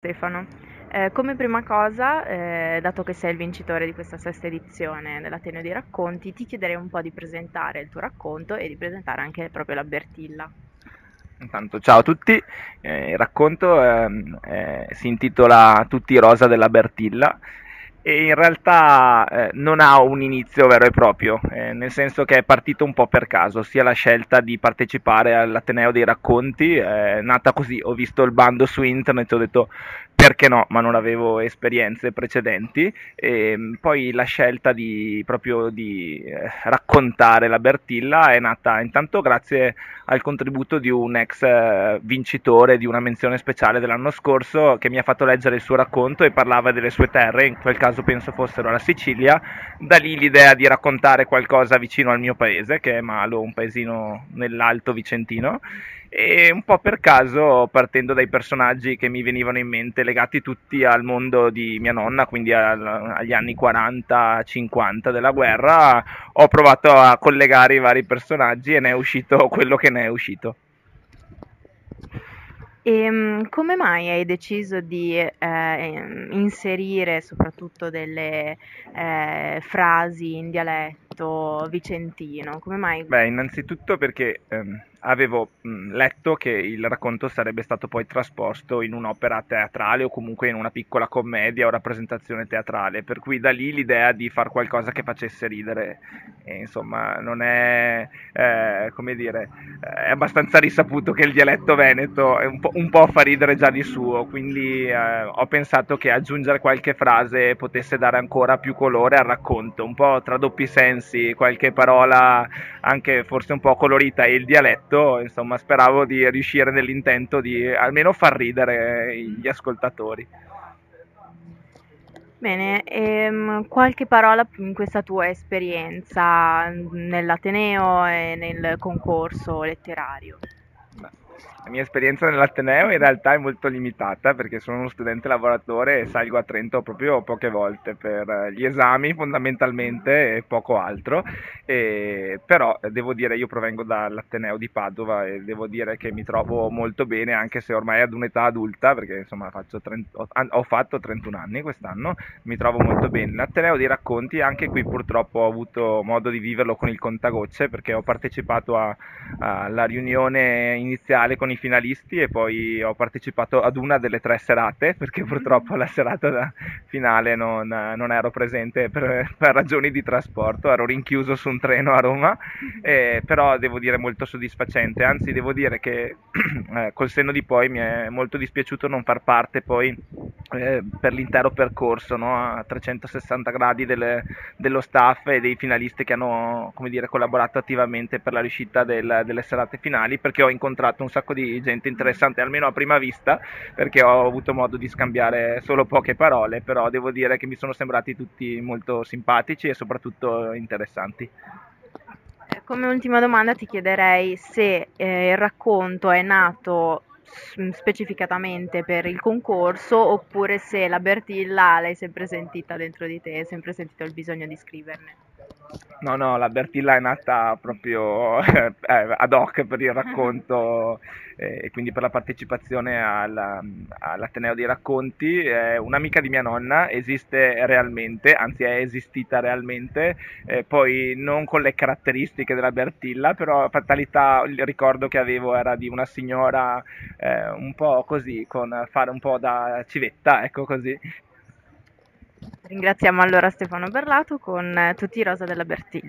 Stefano. Come prima cosa, dato che sei il vincitore di questa sesta edizione dell'Ateneo dei Racconti, ti chiederei un po' di presentare il tuo racconto e di presentare anche proprio la Bertilla. Intanto, ciao a tutti, il racconto si intitola Tutti rosa della Bertilla e in realtà non ha un inizio vero e proprio, nel senso che è partito un po' per caso, sia la scelta di partecipare all'Ateneo dei Racconti, è nata così, ho visto il bando su internet e ho detto perché no, ma non avevo esperienze precedenti, e poi la scelta proprio di raccontare la Bertilla è nata intanto grazie al contributo di un ex vincitore di una menzione speciale dell'anno scorso che mi ha fatto leggere il suo racconto e parlava delle sue terre, in quel caso penso fossero la Sicilia. Da lì l'idea di raccontare qualcosa vicino al mio paese, che è Malo, un paesino nell'Alto Vicentino, e un po' per caso, partendo dai personaggi che mi venivano in mente, legati tutti al mondo di mia nonna, quindi agli anni 40-50 della guerra, ho provato a collegare i vari personaggi e ne è uscito quello che ne è uscito. Come mai hai deciso di inserire soprattutto delle frasi in dialetto vicentino? Come mai? Beh, innanzitutto perché avevo letto che il racconto sarebbe stato poi trasposto in un'opera teatrale o comunque in una piccola commedia o rappresentazione teatrale, per cui da lì l'idea di far qualcosa che facesse ridere. E, insomma, non è, come dire, è abbastanza risaputo che il dialetto veneto è un po' fa ridere già di suo, quindi ho pensato che aggiungere qualche frase potesse dare ancora più colore al racconto, un po' tra doppi sensi, qualche parola anche forse un po' colorita e il dialetto, insomma speravo di riuscire nell'intento di almeno far ridere gli ascoltatori. Bene, qualche parola in questa tua esperienza nell'Ateneo e nel concorso letterario? La mia esperienza nell'Ateneo in realtà è molto limitata perché sono uno studente lavoratore e salgo a Trento proprio poche volte per gli esami fondamentalmente e poco altro, però devo dire io provengo dall'Ateneo di Padova e devo dire che mi trovo molto bene anche se ormai ad un'età adulta perché insomma ho fatto 31 anni quest'anno, mi trovo molto bene. L'Ateneo dei Racconti anche qui purtroppo ho avuto modo di viverlo con il contagocce perché ho partecipato alla riunione iniziale con i finalisti e poi ho partecipato ad una delle tre serate perché purtroppo la serata finale non ero presente per ragioni di trasporto, ero rinchiuso su un treno a Roma, però devo dire molto soddisfacente, anzi devo dire che col senno di poi mi è molto dispiaciuto non far parte poi per l'intero percorso, no, a 360 gradi dello staff e dei finalisti che hanno, come dire, collaborato attivamente per la riuscita delle serate finali, perché ho incontrato un sacco di gente interessante, almeno a prima vista, perché ho avuto modo di scambiare solo poche parole, però devo dire che mi sono sembrati tutti molto simpatici e soprattutto interessanti. Come ultima domanda ti chiederei se il racconto è nato specificatamente per il concorso oppure se la Bertilla l'hai sempre sentita dentro di te, hai sempre sentito il bisogno di scriverne. No, no, la Bertilla è nata proprio ad hoc per il racconto e quindi per la partecipazione all'Ateneo dei Racconti. Un'amica di mia nonna esiste realmente, anzi è esistita realmente, poi non con le caratteristiche della Bertilla, però fatalità il ricordo che avevo era di una signora un po' così, con fare un po' da civetta, ecco così. Ringraziamo allora Stefano Berlato con Tutti i Rosa della Bertilla.